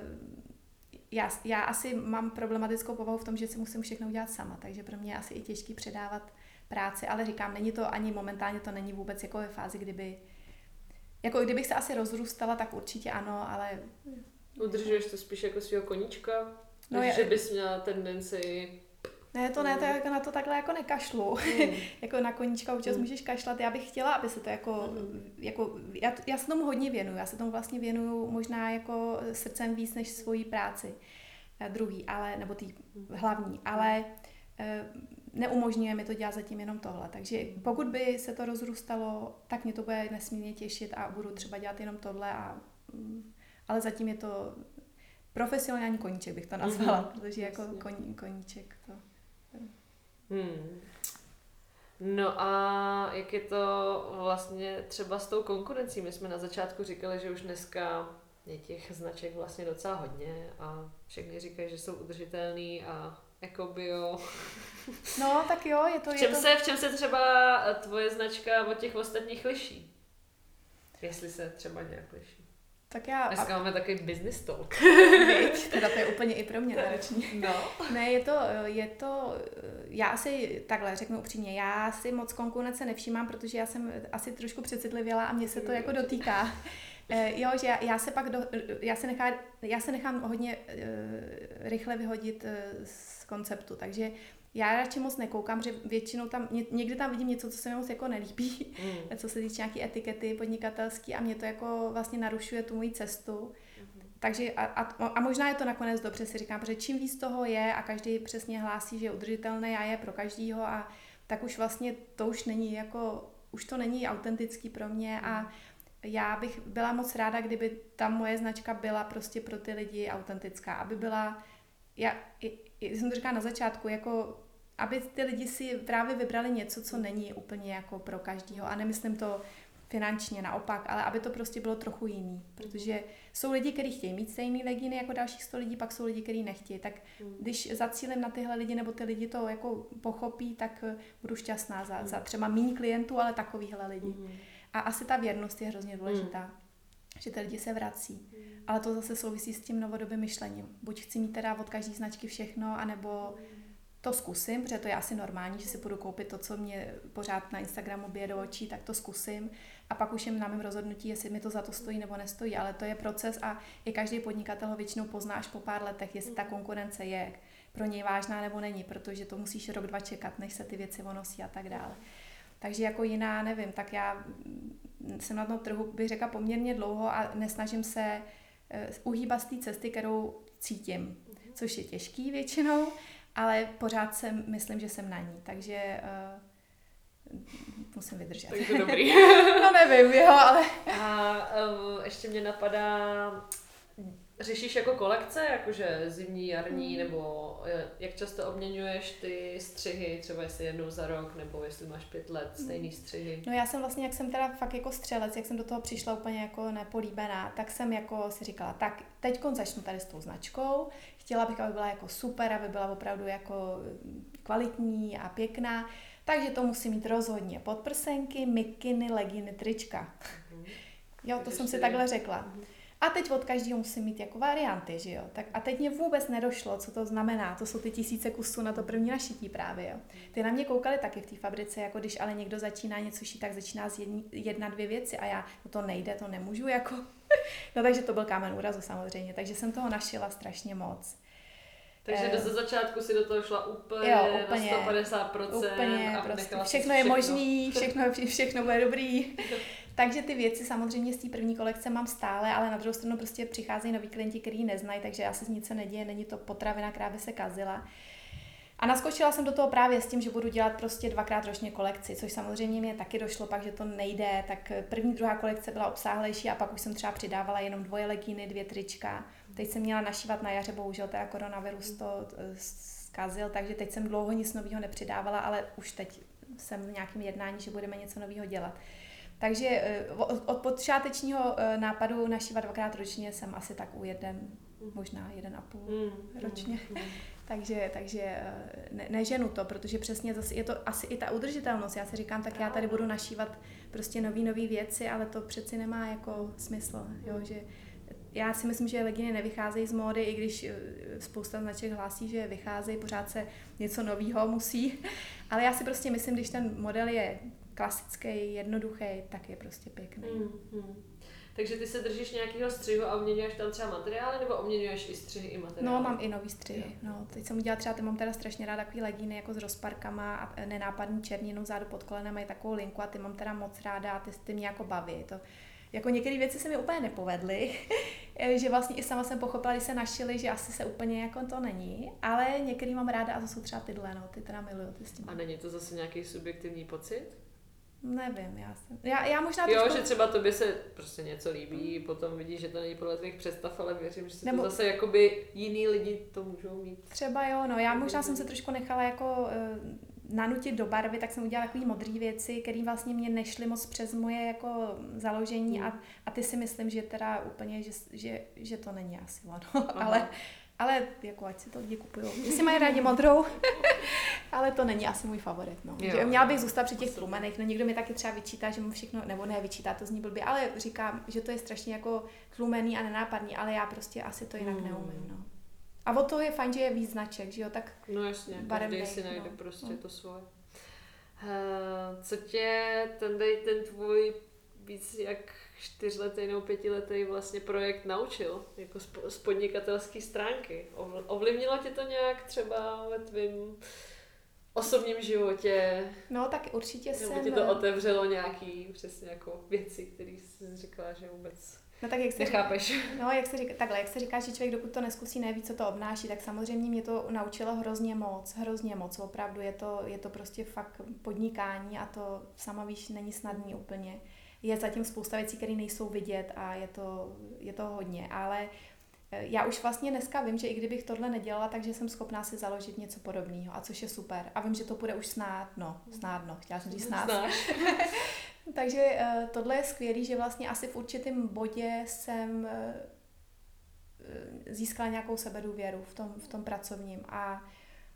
já asi mám problematickou povahu v tom, že si musím všechno udělat sama, takže pro mě je asi i těžký předávat práci, ale říkám, není to ani momentálně, to není vůbec jako ve fázi, kdybych se asi rozrůstala, tak určitě ano, ale... Udržuješ to spíš jako svýho koníčka? Že bys měla tendenci... Ne, to jako na to takhle jako nekašlu. Jako na koníčka občas můžeš kašlat. Já bych chtěla, aby se to jako já se tomu hodně věnuju. Já se tomu vlastně věnuju možná jako srdcem víc než svojí práci druhý, nebo tý hlavní, ale neumožňuje mi to dělat zatím jenom tohle. Takže pokud by se to rozrůstalo, tak mě to bude nesmírně těšit a budu třeba dělat jenom tohle, ale zatím je to profesionální koníček, bych to nazvala, protože jako koníček to... No a jak je to vlastně třeba s tou konkurencí? My jsme na začátku říkali, že už dneska je těch značek vlastně docela hodně a všechny říkají, že jsou udržitelný a jako bio. No tak jo, je to... V čem se třeba tvoje značka od těch ostatních liší? Jestli se třeba nějak liší. Tak dneska máme takový business talk. Teda to je úplně i pro mě náročný. No. Ne, je to, já asi takhle řeknu upřímně, já si moc konkurence nevšímám, protože já jsem asi trošku přecitlivěla a mě se to jako dotýká. Jo, že já se nechám hodně rychle vyhodit z konceptu, takže já radši moc nekoukám, že většinou někdy tam vidím něco, co se mi moc jako nelíbí, co se týče nějaký etikety podnikatelský a mě to jako vlastně narušuje tu moji cestu. Takže a možná je to nakonec dobře, si říkám, protože čím víc toho je a každý přesně hlásí, že je udržitelné a je pro každýho a tak už vlastně to už to není autentický pro mě a já bych byla moc ráda, kdyby ta moje značka byla prostě pro ty lidi autentická, aby byla, já jsem to říkala na začátku, jako aby ty lidi si právě vybrali něco, co není úplně jako pro každýho a nemyslím to finančně naopak, ale aby to prostě bylo trochu jiný, protože jsou lidi, kteří chtějí mít stejný legíny jako dalších 100 lidí, pak jsou lidi, kteří nechtějí, tak když zacílím na tyhle lidi, nebo ty lidi to jako pochopí, tak budu šťastná za třeba méně klientů, ale takovýhle lidi. A asi ta věrnost je hrozně důležitá, že ty lidi se vrací, ale to zase souvisí s tím novodobým myšlením. Buď chci mít teda od každé značky všechno, anebo to zkusím, protože to je asi normální, že si půjdu koupit to, co mě pořád na Instagramu bije do očí, tak to zkusím a pak už je na mém rozhodnutí, jestli mi to za to stojí nebo nestojí, ale to je proces a i každý podnikatel ho většinou pozná až po pár letech, jestli ta konkurence je pro něj vážná nebo není, protože to musíš rok, 2 čekat, než se ty věci onosí a tak dále. Takže jako jiná, nevím, tak já jsem na tom trhu, bych řekla, poměrně dlouho a nesnažím se uhýbat z té cesty, kterou cítím, což je těžký většinou, ale pořád myslím, že jsem na ní, takže musím vydržet. Takže dobrý. No nevím, jo, ale... A ještě mě napadá, řešíš jako kolekce, jakože zimní, jarní, nebo jak často obměňuješ ty střihy, třeba jestli jednou za rok, nebo jestli máš 5 let stejný střihy? No já jsem vlastně, jak jsem teda fakt jako střelec, jak jsem do toho přišla úplně jako nepolíbená, tak jsem jako si říkala, tak teďkon začnu tady s tou značkou, chtěla bych, aby byla jako super, aby byla opravdu jako kvalitní a pěkná, takže to musí mít rozhodně podprsenky, mikiny, leginy, trička. Jo, to jsem si takhle řekla. A teď od každého musím mít jako varianty, že jo. Tak a teď mě vůbec nedošlo, co to znamená. To jsou ty 1000 kusů na to první našití právě, jo. Ty na mě koukali taky v té fabrice, jako když ale někdo začíná něco šít, tak začíná z 1, 2 věci a já, no to nejde, to nemůžu, jako. No takže to byl kámen úrazu samozřejmě, takže jsem toho našila strašně moc. Takže ze začátku si do toho šla úplně na 150%. Úplně, a prostě všechno je možný, všechno bude dobrý. Takže ty věci samozřejmě z té první kolekce mám stále, ale na druhou stranu prostě přicházejí noví klienti, kteří ji neznají, takže asi nic se neděje, není to potravina, která by se kazila. A naskočila jsem do toho právě s tím, že budu dělat prostě 2krát ročně kolekci, což samozřejmě mě taky došlo, pak, že to nejde, tak první, druhá kolekce byla obsáhlejší a pak už jsem třeba přidávala jenom 2 legíny, 2 trička. Teď jsem měla našívat na jaře, bohužel teda koronavirus to zkazil, takže teď jsem dlouho nic nového nepřidávala, ale už teď jsem v nějakém jednání, že budeme něco nového dělat. Takže od počátečního nápadu našívat 2krát ročně jsem asi tak u 1, možná 1,5 ročně. Takže neženu to, protože přesně zase je to asi i ta udržitelnost. Já si říkám, tak já tady budu našívat prostě nový věci, ale to přeci nemá jako smysl, jo, že já si myslím, že legíny nevycházejí z módy, i když spousta značek hlásí, že vycházejí, pořád se něco nového musí, ale já si prostě myslím, když ten model je klasický, jednoduchý, tak je prostě pěkný. Takže ty se držíš nějakého střihu a obměňuješ tam třeba materiály, nebo obměňuješ i střihy i materiály? No, mám i nový střihy. No, teď jsem udělala třeba, mám teda strašně ráda takový legíny jako s rozparkama a nenápadný černinou vzadu pod kolenem, mají takovou linku a ty mám teda moc ráda a ty mě jako baví. To, jako některé věci se mi úplně nepovedly, že vlastně i sama jsem pochopila, když se našily, že asi se úplně jako to není, ale některý mám ráda a to jsou třeba tyhle, no, ty teda miluju. Ty s tím. A není to zase nějaký subjektivní pocit? Nevím, já možná... Jo, že třeba tobě se prostě něco líbí, potom vidíš, že to není podle tvých představ, ale věřím, že se to zase jakoby jiný lidi to můžou mít. Třeba jo, no, já možná jsem se trošku nechala jako nanutit do barvy, tak jsem udělala takový modrý věci, které vlastně mě nešly moc přes moje jako založení a ty si myslím, že teda úplně, že to není asi ono, ale jako ať si to lidi kupujou. Jestli mají rádi modrou, ale to není asi můj favorit. No. Že měla bych zůstat při těch tlumenech. No, někdo mi taky třeba vyčítá, že mu všechno, nebo ne vyčítá, to zní blbě, ale říkám, že to je strašně jako tlumený a nenápadný, ale já prostě asi to jinak neumím. No. A o to je fajn, že je víc značek, že jo, tak no jasně, barevnej, každý si najde prostě to svoje. Co tě ten tvůj víc jak 4letý nebo 5letý vlastně projekt naučil, jako z podnikatelské stránky? Ovlivnilo tě to nějak třeba ve tvým osobním životě? No tak určitě nebo ti to otevřelo nějaký přesně jako věci, které jsi říkala, že vůbec nechápeš? No, jak se říká, že člověk dokud to neskusí, neví, co to obnáší, tak samozřejmě mě to naučilo hrozně moc, opravdu je to prostě fakt podnikání a to sama víš, není snadný úplně. Je zatím spousta věcí, které nejsou vidět a je to hodně, ale já už vlastně dneska vím, že i kdybych tohle nedělala, takže jsem schopná si založit něco podobného, a což je super. A vím, že to bude už snadno, chtěla jsem říct snad. Takže tohle je skvělý, že vlastně asi v určitém bodě jsem získala nějakou sebedůvěru v tom pracovním a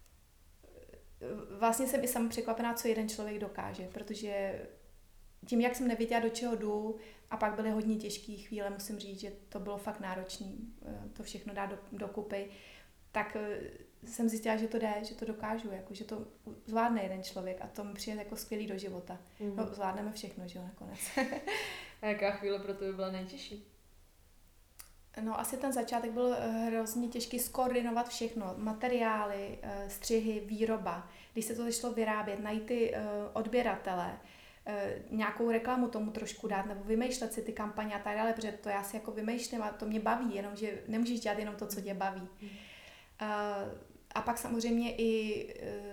vlastně jsem i sama překvapená, co jeden člověk dokáže, protože tím, jak jsem nevěděla, do čeho jdu a pak byly hodně těžké chvíle, musím říct, že to bylo fakt náročné to všechno dát dokupy, tak jsem zjistila, že to jde, že to dokážu, jako, že to zvládne jeden člověk a to mi přijde jako skvělý do života. No, zvládneme všechno, že jo, nakonec. A jaká chvíle pro tebe byla nejtěžší? No asi ten začátek byl hrozně těžký skoordinovat všechno, materiály, střihy, výroba, když se to začalo vyrábět, najít ty odběratele, nějakou reklamu tomu trošku dát, nebo vymýšlet si ty kampaně a tak dále, protože to já si jako vymýšlím a to mě baví, jenomže nemůžeš dělat jenom to, co tě baví. A pak samozřejmě i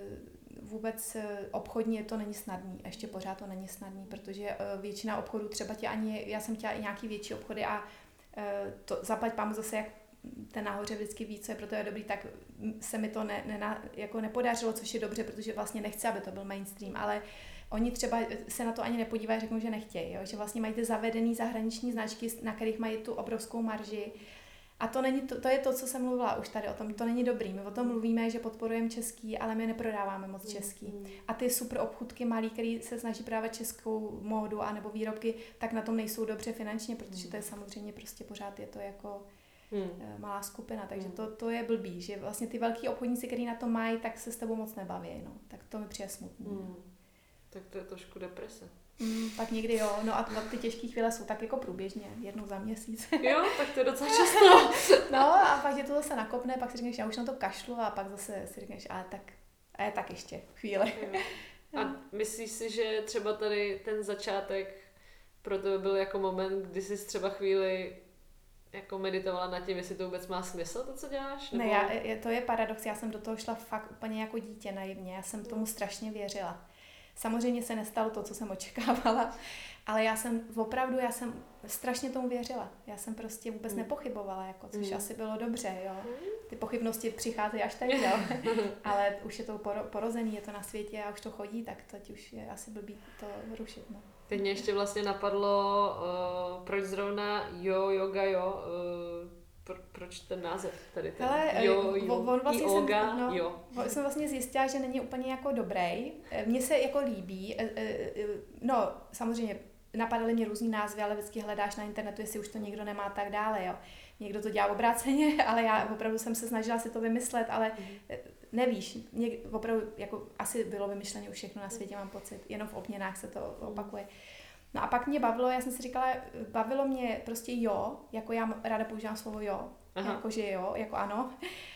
vůbec obchodně to není snadný, ještě pořád to není snadný, protože většina obchodů třeba já jsem chtěla i nějaký větší obchody a to zaplať pámu zase, jak ten nahoře vždycky ví, co je pro to dobrý, tak se mi to jako nepodařilo, což je dobře, protože vlastně nechci, aby to byl mainstream, ale oni třeba se na to ani nepodívají, řeknou, že nechtějí, jo? Že vlastně mají ty zavedený zahraniční značky, na kterých mají tu obrovskou marži. A to je to, co jsem mluvila už tady o tom, to není dobrý. My o tom mluvíme, že podporujeme český, ale my neprodáváme moc český. A ty super obchůdky malý, který se snaží prodávat českou módu anebo výrobky, tak na tom nejsou dobře finančně, protože to je samozřejmě prostě pořád je to jako malá skupina, takže to je blbý, že vlastně ty velký obchodníci, který na to mají, tak se s tebou moc nebaví, no. Tak to mi přijde smutný. Tak to je trošku deprese. Tak někdy jo, no a ty těžké chvíle jsou tak jako průběžně, jednou za měsíc. Jo, tak to je docela často. No a pak je to zase nakopne, pak si řekneš, já už na to kašlu a pak zase si řekneš, ale tak ještě chvíle. A myslíš si, že třeba tady ten začátek pro tebe byl jako moment, kdy jsi třeba chvíli jako meditovala nad tím, jestli to vůbec má smysl, to, co děláš? Nebo... Ne, to je paradox, já jsem do toho šla fakt úplně jako dítě naivně, já jsem tomu strašně věřila. Samozřejmě se nestalo to, co jsem očekávala, ale já jsem strašně tomu věřila. Já jsem prostě vůbec nepochybovala, jako, což asi bylo dobře, jo. Ty pochybnosti přicházejí až teď, jo. Ale už je to porozený, je to na světě a už to chodí, tak teď už je asi blbý to rušit, no. Teď mě ještě vlastně napadlo, proč zrovna yoga, proč ten název tady ten on vlastně jo. Jsem vlastně zjistila, že není úplně jako dobrý. Mně se jako líbí, no samozřejmě napadaly mě různý názvy, ale vždycky hledáš na internetu, jestli už to někdo nemá tak dále, jo. Někdo to dělá obráceně, ale já opravdu jsem se snažila si to vymyslet, ale nevíš, opravdu jako asi bylo vymyšlené už všechno na světě, mám pocit, jenom v obměnách se to opakuje. No a pak mě bavilo, já jsem si říkala, bavilo mě prostě jo, jako já ráda používám slovo jo, jako že jo, jako ano.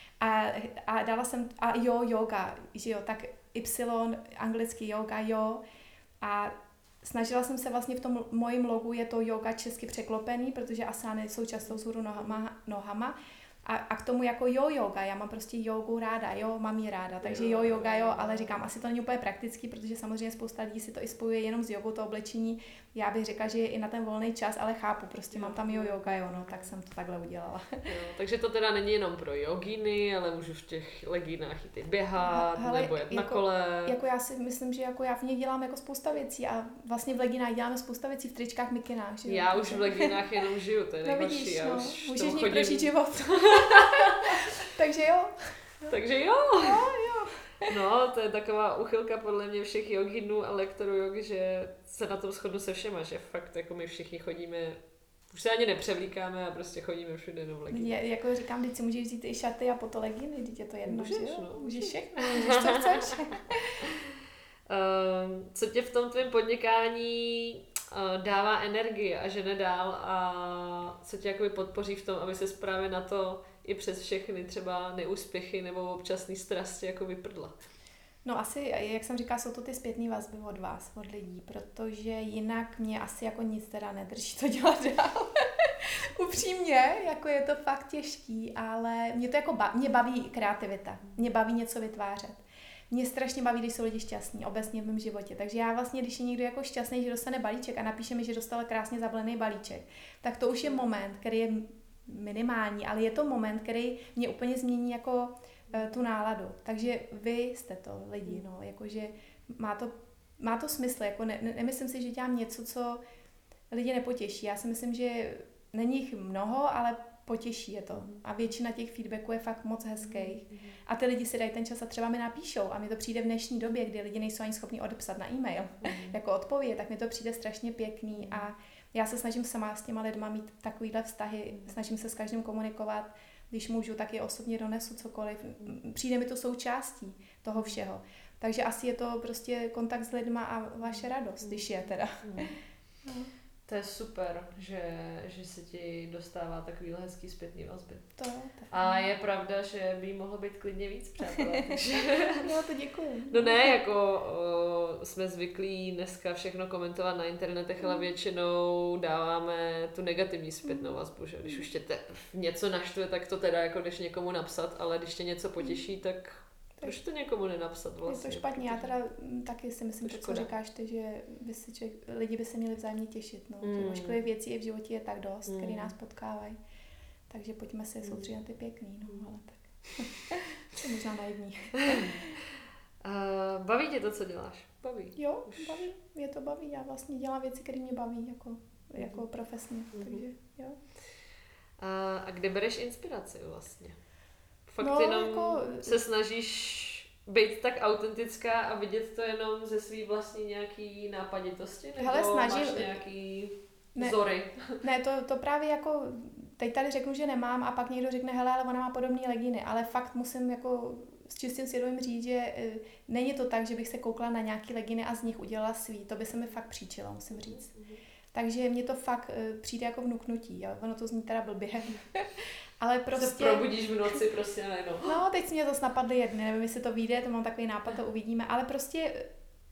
A dala jsem, a jo, yoga, že jo, tak Y, anglicky yoga, jo. A snažila jsem se vlastně v tom mojím logu, je to yoga česky překlopený, protože asány jsou často vzhůru nohama. A k tomu jako yoga, já mám prostě jogu ráda, mám ji ráda, takže yoga, ale říkám, asi to není úplně praktický, protože samozřejmě spousta lidí si to i spojuje jenom s jogou, to oblečení. Já bych řekla, že je i na ten volný čas, ale chápu, prostě mám tam yoga, no, tak jsem to takhle udělala. Jo, takže to teda není jenom pro jogíny, ale můžu v těch legínách jít běhat, nebo jet na kole. Jako já si myslím, že jako já v něj dělám jako spousta věcí a vlastně v legínách děláme spousta věcí v tričkách, mikinách. Že já už v legínách jenom žiju, to je nejhorší. Vidíš, já už můžeš ní prožít život. Takže jo. Takže jo. No, to je taková uchylka podle mě všech jogínů a lektorů jogy, že se na tom shodnu se všema, že fakt jako my všichni chodíme, už se ani nepřevlíkáme a prostě chodíme všude jenom v legínách. Jako říkám, teď si můžeš vzít i šaty a potom legíny, teď je to jedno, můžeš, že jo? No, můžeš všechno, můžeš co chceš. Co tě v tom tvém podnikání dává energii a žene dál a co tě jakoby podpoří v tom, aby se právě na to i přes všechny třeba neúspěchy nebo občasný strasti jako vyprdla? No asi, jak jsem říkala, jsou to ty zpětné vazby od vás, od lidí, protože jinak mě asi jako nic teda nedrží to dělat dál. Upřímně, jako je to fakt těžký, ale mě to jako mě baví kreativita, mě baví něco vytvářet. Mě strašně baví, když jsou lidi šťastní, obecně v mém životě. Takže já vlastně, když je někdo jako šťastný, že dostane balíček a napíše mi, že dostal krásně zabalený balíček, tak to už je moment, který je minimální, ale je to moment, který mě úplně změní jako tu náladu. Takže vy jste to lidi, no, jakože má to má to smysl, jako nemyslím si, že dělám něco, co lidi nepotěší. Já si myslím, že není jich mnoho, ale potěší je to. A většina těch feedbacků je fakt moc hezkých. A ty lidi si dají ten čas a třeba mi napíšou. A mi to přijde v dnešní době, kdy lidi nejsou ani schopni odepsat na e-mail jako odpověď, tak mi to přijde strašně pěkný. A já se snažím sama s těma lidma mít takovýhle vztahy, snažím se s každým komunikovat. Když můžu, tak je osobně donesu cokoliv. Přijde mi to součástí toho všeho. Takže asi je to prostě kontakt s lidma a vaše radost, když je teda. To je super, že se ti dostává takovýhle hezký zpětný vazby. A je pravda, že by mohlo být klidně víc, přátelé. No to děkuju. No ne, jako jsme zvyklí dneska všechno komentovat na internetech, ale většinou dáváme tu negativní zpětnou vazbu, že když už tě něco naštve, tak to teda jako jdeš někomu napsat, ale když tě něco potěší, tak proč to někomu nenapsat vlastně? Je to špatně, já teda taky si myslím, co říkáš ty, že lidi by se měli vzájemně těšit, no. Že ošklivých věcí i v životě je tak dost, který nás potkávají. Takže pojďme se soustředit na ty pěkný, no, ale tak. To je možná naivní. Baví tě to, co děláš? Baví? Jo, baví, mě to baví, já vlastně dělám věci, které mě baví, jako profesně, takže jo. A kde bereš inspiraci vlastně? Fakt no, jenom jako se snažíš být tak autentická a vidět to jenom ze svý vlastní nějaký nápaditosti? Nebo máš nějaký vzory? Ne, to právě jako, teď tady řeknu, že nemám a pak někdo řekne, hele, ale ona má podobné legíny, ale fakt musím jako s čistým svědomím říct, že není to tak, že bych se koukla na nějaký legíny a z nich udělala svý, to by se mi fakt příčilo, musím říct. Takže mně to fakt přijde jako vnuknutí, jo? Ono to zní teda blbě. Ale prostě... Se probudíš v noci prostě najednou. No, teď si mě zase napadly jedny, nevím, jestli to vyjde, to mám takový nápad, to uvidíme, ale prostě,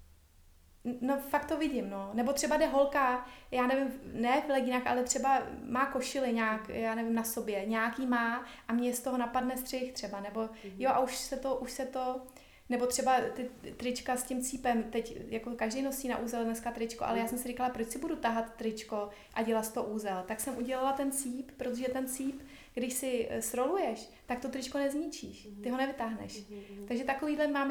no fakt to vidím, no. Nebo třeba jde holka, já nevím, ne v legínách, ale třeba má košily nějak, já nevím, na sobě, nějaký má a mě z toho napadne střih třeba, nebo jo a už se to, nebo třeba ty trička s tím cípem, teď jako každý nosí na úzel dneska tričko, ale já jsem si říkala, proč si budu tahat tričko a dělat z toho úzel. Tak jsem udělala ten cíp, protože ten cíp, když si sroluješ, tak to tričko nezničíš, ty ho nevytáhneš. Takže takovýhle mám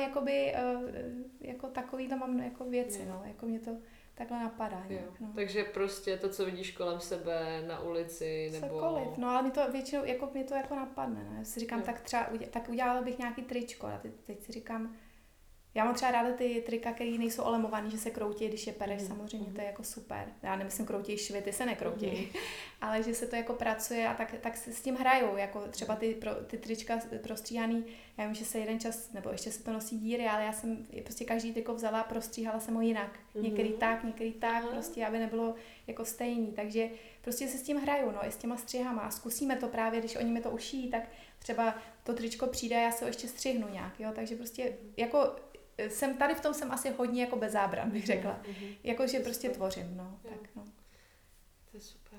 takovýhle mám jako věci, no, jako mě to takhle napadá. Nějak, no. Takže prostě to, co vidíš kolem sebe na ulici, nebo... Cokoliv, no ale mi to většinou, jako mě to jako napadne, ne? Já si říkám, tak udělala bych nějaký tričko, a teď si říkám, já mám třeba ráda ty trika, které nejsou olemované, že se kroutí, když je pereš, samozřejmě, to je jako super. Já nemyslím kroutí švy, ty se nekroutí, ale že se to jako pracuje a tak s tím hrajou, jako třeba ty trička prostříhaný, já vím, že se jeden čas, nebo ještě se to nosí díry, ale já jsem prostě každý triko vzala a prostříhala jsem ho jinak. Některý tak, prostě, aby nebylo jako stejný, takže prostě se s tím hraju, no, i s těma střihama a zkusíme to právě, když oni mi to ušijí, tak třeba to tričko přijde a já se ho ještě střihnu nějak, jo, takže prostě jako tady v tom jsem asi hodně jako bez zábran, bych řekla. Jako, že prostě tvořím, no. Tak, no. To je super.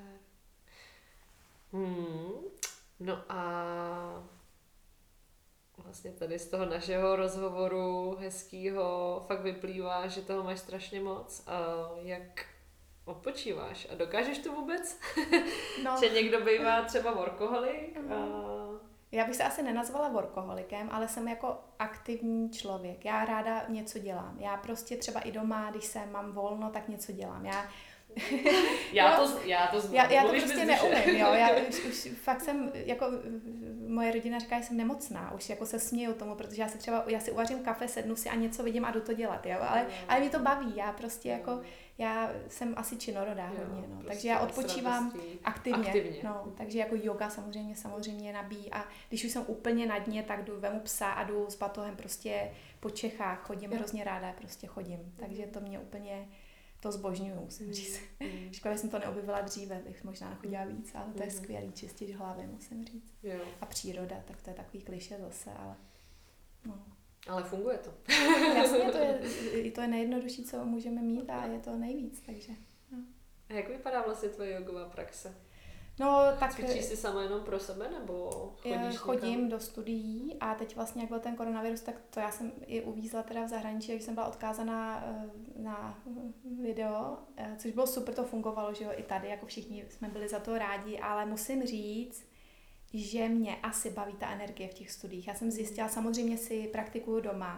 No a vlastně tady z toho našeho rozhovoru hezkýho fakt vyplývá, že toho máš strašně moc. A jak odpočíváš? A dokážeš to vůbec? No. Že někdo bývá třeba workoholik Já bych se asi nenazvala workoholikem, ale jsem jako aktivní člověk. Já ráda něco dělám. Já prostě třeba i doma, když mám volno, tak něco dělám. Já to prostě neumím, jo. Já už fakt jsem, jako moje rodina říká, že jsem nemocná. Už jako se směju tomu, protože já si uvařím kafe, sednu si a něco vidím a jdu to dělat, jo. Ale mě to baví. Já prostě jako já jsem asi činorodá hodně, no. Prostě takže já odpočívám aktivně. No, takže jako yoga samozřejmě nabíjí a když už jsem úplně na dně, tak vemu psa a jdu s batohem prostě po Čechách, chodím hrozně ráda, prostě chodím. Takže to mě úplně to zbožňuju, musím říct. Škoda, jsem to neobjevila dříve, bych možná nachodila víc, ale to je skvělý, čistit hlavy, musím říct. Jo. A příroda, tak to je takový klišé zase, ale no. Ale funguje to. Jasně, to je nejjednodušší, co můžeme mít a je to nejvíc, takže. No. A jak vypadá vlastně tvoje jogová praxe? No, tak cvičíš si sama jenom pro sebe, nebo chodím do studií a teď vlastně, jak byl ten koronavirus, tak to já jsem i uvízla teda v zahraničí, takže jsem byla odkázaná na video, což bylo super, to fungovalo, že jo, i tady, jako všichni jsme byli za to rádi, ale musím říct, že mě asi baví ta energie v těch studiích. Já jsem zjistila, samozřejmě si praktikuju doma,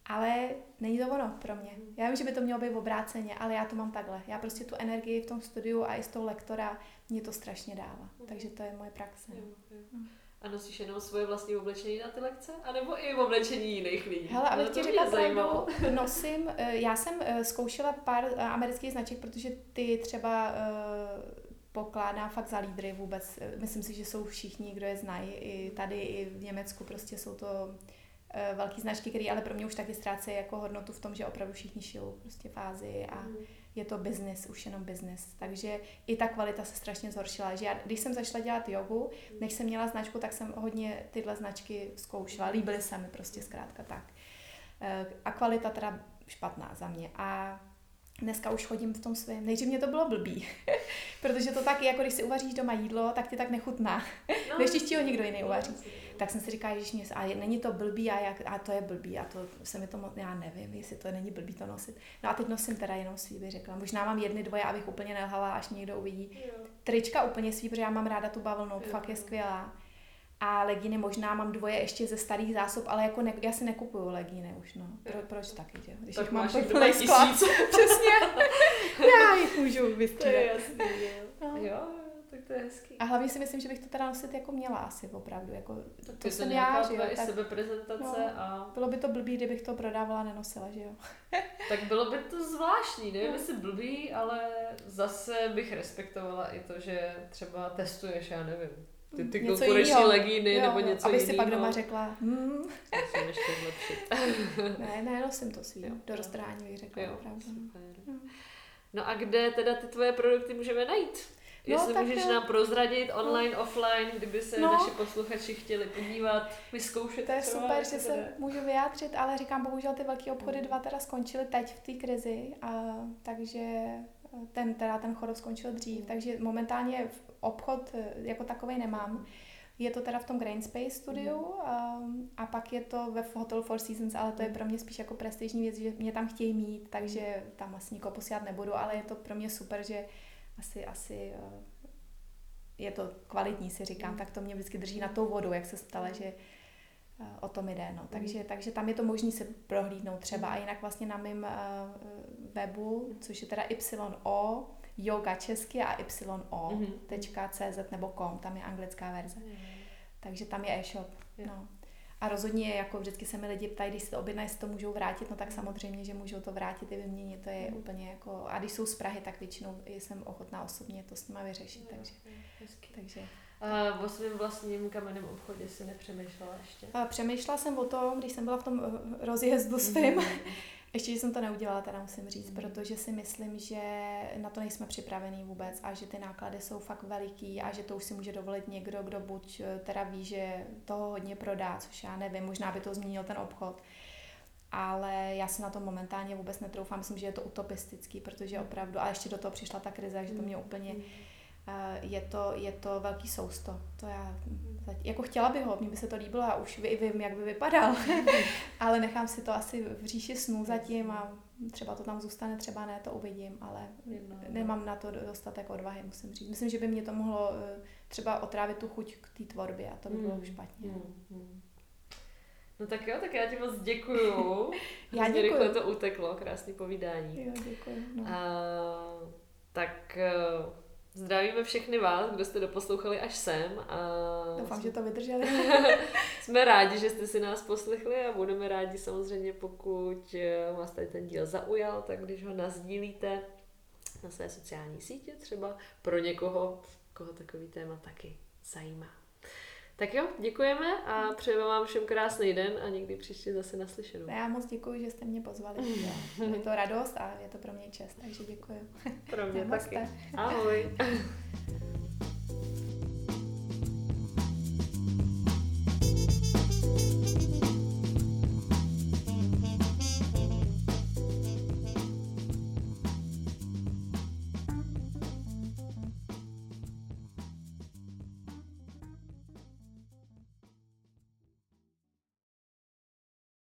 Ale není to ono pro mě. Já vím, že by to mělo být obráceně, ale já to mám takhle. Já prostě tu energii v tom studiu a i z toho lektora mě to strašně dává. Takže to je moje praxe. A nosíš jenom svoje vlastní oblečení na ty lekce? A nebo i oblečení jiných lidí? Hele, abych ti řekla pravdu, nosím, já jsem zkoušela pár amerických značek, protože ty třeba pokládám fakt za lídry vůbec. Myslím si, že jsou všichni, kdo je znají, i tady, i v Německu prostě jsou to velký značky, které ale pro mě už taky ztrácejí jako hodnotu v tom, že opravdu všichni šijou prostě v Ázii a je to business, už jenom business. Takže i ta kvalita se strašně zhoršila. Že já, když jsem začala dělat jogu, než jsem měla značku, tak jsem hodně tyhle značky zkoušela. Líbily se mi prostě zkrátka tak. A kvalita teda špatná za mě. A dneska už chodím v tom svém. Nejdřív mě to bylo blbý, protože to taky, jako když si uvaříš doma jídlo, tak ti tak nechutná. Než ti ho někdo jiný uvaří. Tak jsem si říkala, že a není to blbý a to je blbý a to se mi to já nevím, jestli to není blbý to nosit. No a teď nosím teda jenom svý, bych řekla. Možná mám 1, 2, abych úplně nelhala, až mě někdo uvidí. Trička úplně svý, protože já mám ráda tu bavlnu, fakt je skvělá. A legíny možná mám 2 ještě ze starých zásob, ale jako já si nekupuju legíny už, no. Proč taky, že? Když tak jich mám plný sklad. Přesně. Já jich můžu vystřídat. To je jasný, jo, tak to je hezký. A hlavně si myslím, že bych to teda nosit jako měla asi opravdu, jako tak to jsem to já, že jo. Tak sebeprezentace a... Bylo by to blbý, kdybych to prodávala, nenosila, že jo. Tak bylo by to zvláštní, nevím, jestli blbý, ale zase bych respektovala i to, že třeba testuješ, já nevím. Ty konkurenční legíny nebo něco aby jiného. si pak doma řekla, musím ještě zlepšit. ne, nosím to svý, do roztrhání bych řekla, opravdu. No a kde teda ty tvoje produkty můžeme najít? Jestli můžeš nám prozradit online, offline, kdyby se naši posluchači chtěli podívat, vyzkoušet. To je super, že se můžu vyjádřit, ale říkám, bohužel ty velké obchody 2 teda skončily teď v té krizi, takže ten chorób skončil dřív, takže momentálně obchod jako takovej nemám. Je to teda v tom Grain Space studiu a pak je to ve Hotel Four Seasons, ale to je pro mě spíš jako prestižní věc, že mě tam chtějí mít, takže tam asi nikoho posílat nebudu, ale je to pro mě super, že asi je to kvalitní, si říkám, tak to mě vždycky drží na tou vodu, jak se stala, že o tom jde, no. Takže tam je to možný se prohlídnout třeba a jinak vlastně na mém webu, což je teda YO, yoga česky a yo.cz nebo com, tam je anglická verze. Takže tam je e-shop, no. A rozhodně, jako vždycky se mi lidi ptají, když si to objednají, jestli to můžou vrátit, no tak samozřejmě, že můžou to vrátit i vyměnit, to je úplně jako, a když jsou z Prahy, tak většinou jsem ochotná osobně to s nima vyřešit, takže. A o svém vlastním kamenném obchodě si nepřemýšlela ještě? Přemýšlela jsem o tom, když jsem byla v tom rozjezdu svým, ještě, že jsem to neudělala, teda musím říct, protože si myslím, že na to nejsme připravení vůbec a že ty náklady jsou fakt veliký a že to už si může dovolit někdo, kdo buď teda ví, že toho hodně prodá, což já nevím, možná by to změnil ten obchod. Ale já si na to momentálně vůbec netroufám, myslím, že je to utopistický, protože opravdu, a ještě do toho přišla ta krize, že to mě úplně, je to velký sousto. To já, jako chtěla by ho, mně by se to líbilo a už vím, jak by vypadal, ale nechám si to asi v říši snů zatím a třeba to tam zůstane, třeba ne, to uvidím, ale nemám na to dostatek odvahy, musím říct. Myslím, že by mě to mohlo třeba otrávit tu chuť k té tvorbě a to by bylo špatně. No tak jo, tak já ti moc děkuju. Já děkuju. Rychle to uteklo, krásný povídání. Jo, děkuju. No. Tak zdravíme všechny vás, kdo jste doposlouchali až sem. Doufám, že to vydrželi. Jsme rádi, že jste si nás poslechli a budeme rádi samozřejmě, pokud vás tady ten díl zaujal, tak když ho nasdílíte na své sociální sítě, třeba pro někoho, koho takový téma taky zajímá. Tak jo, děkujeme a přejeme vám všem krásný den a někdy příště zase naslyšenou. Já moc děkuji, že jste mě pozvali. Je to radost a je to pro mě čest, takže děkuji. Pro mě taky. Ahoj.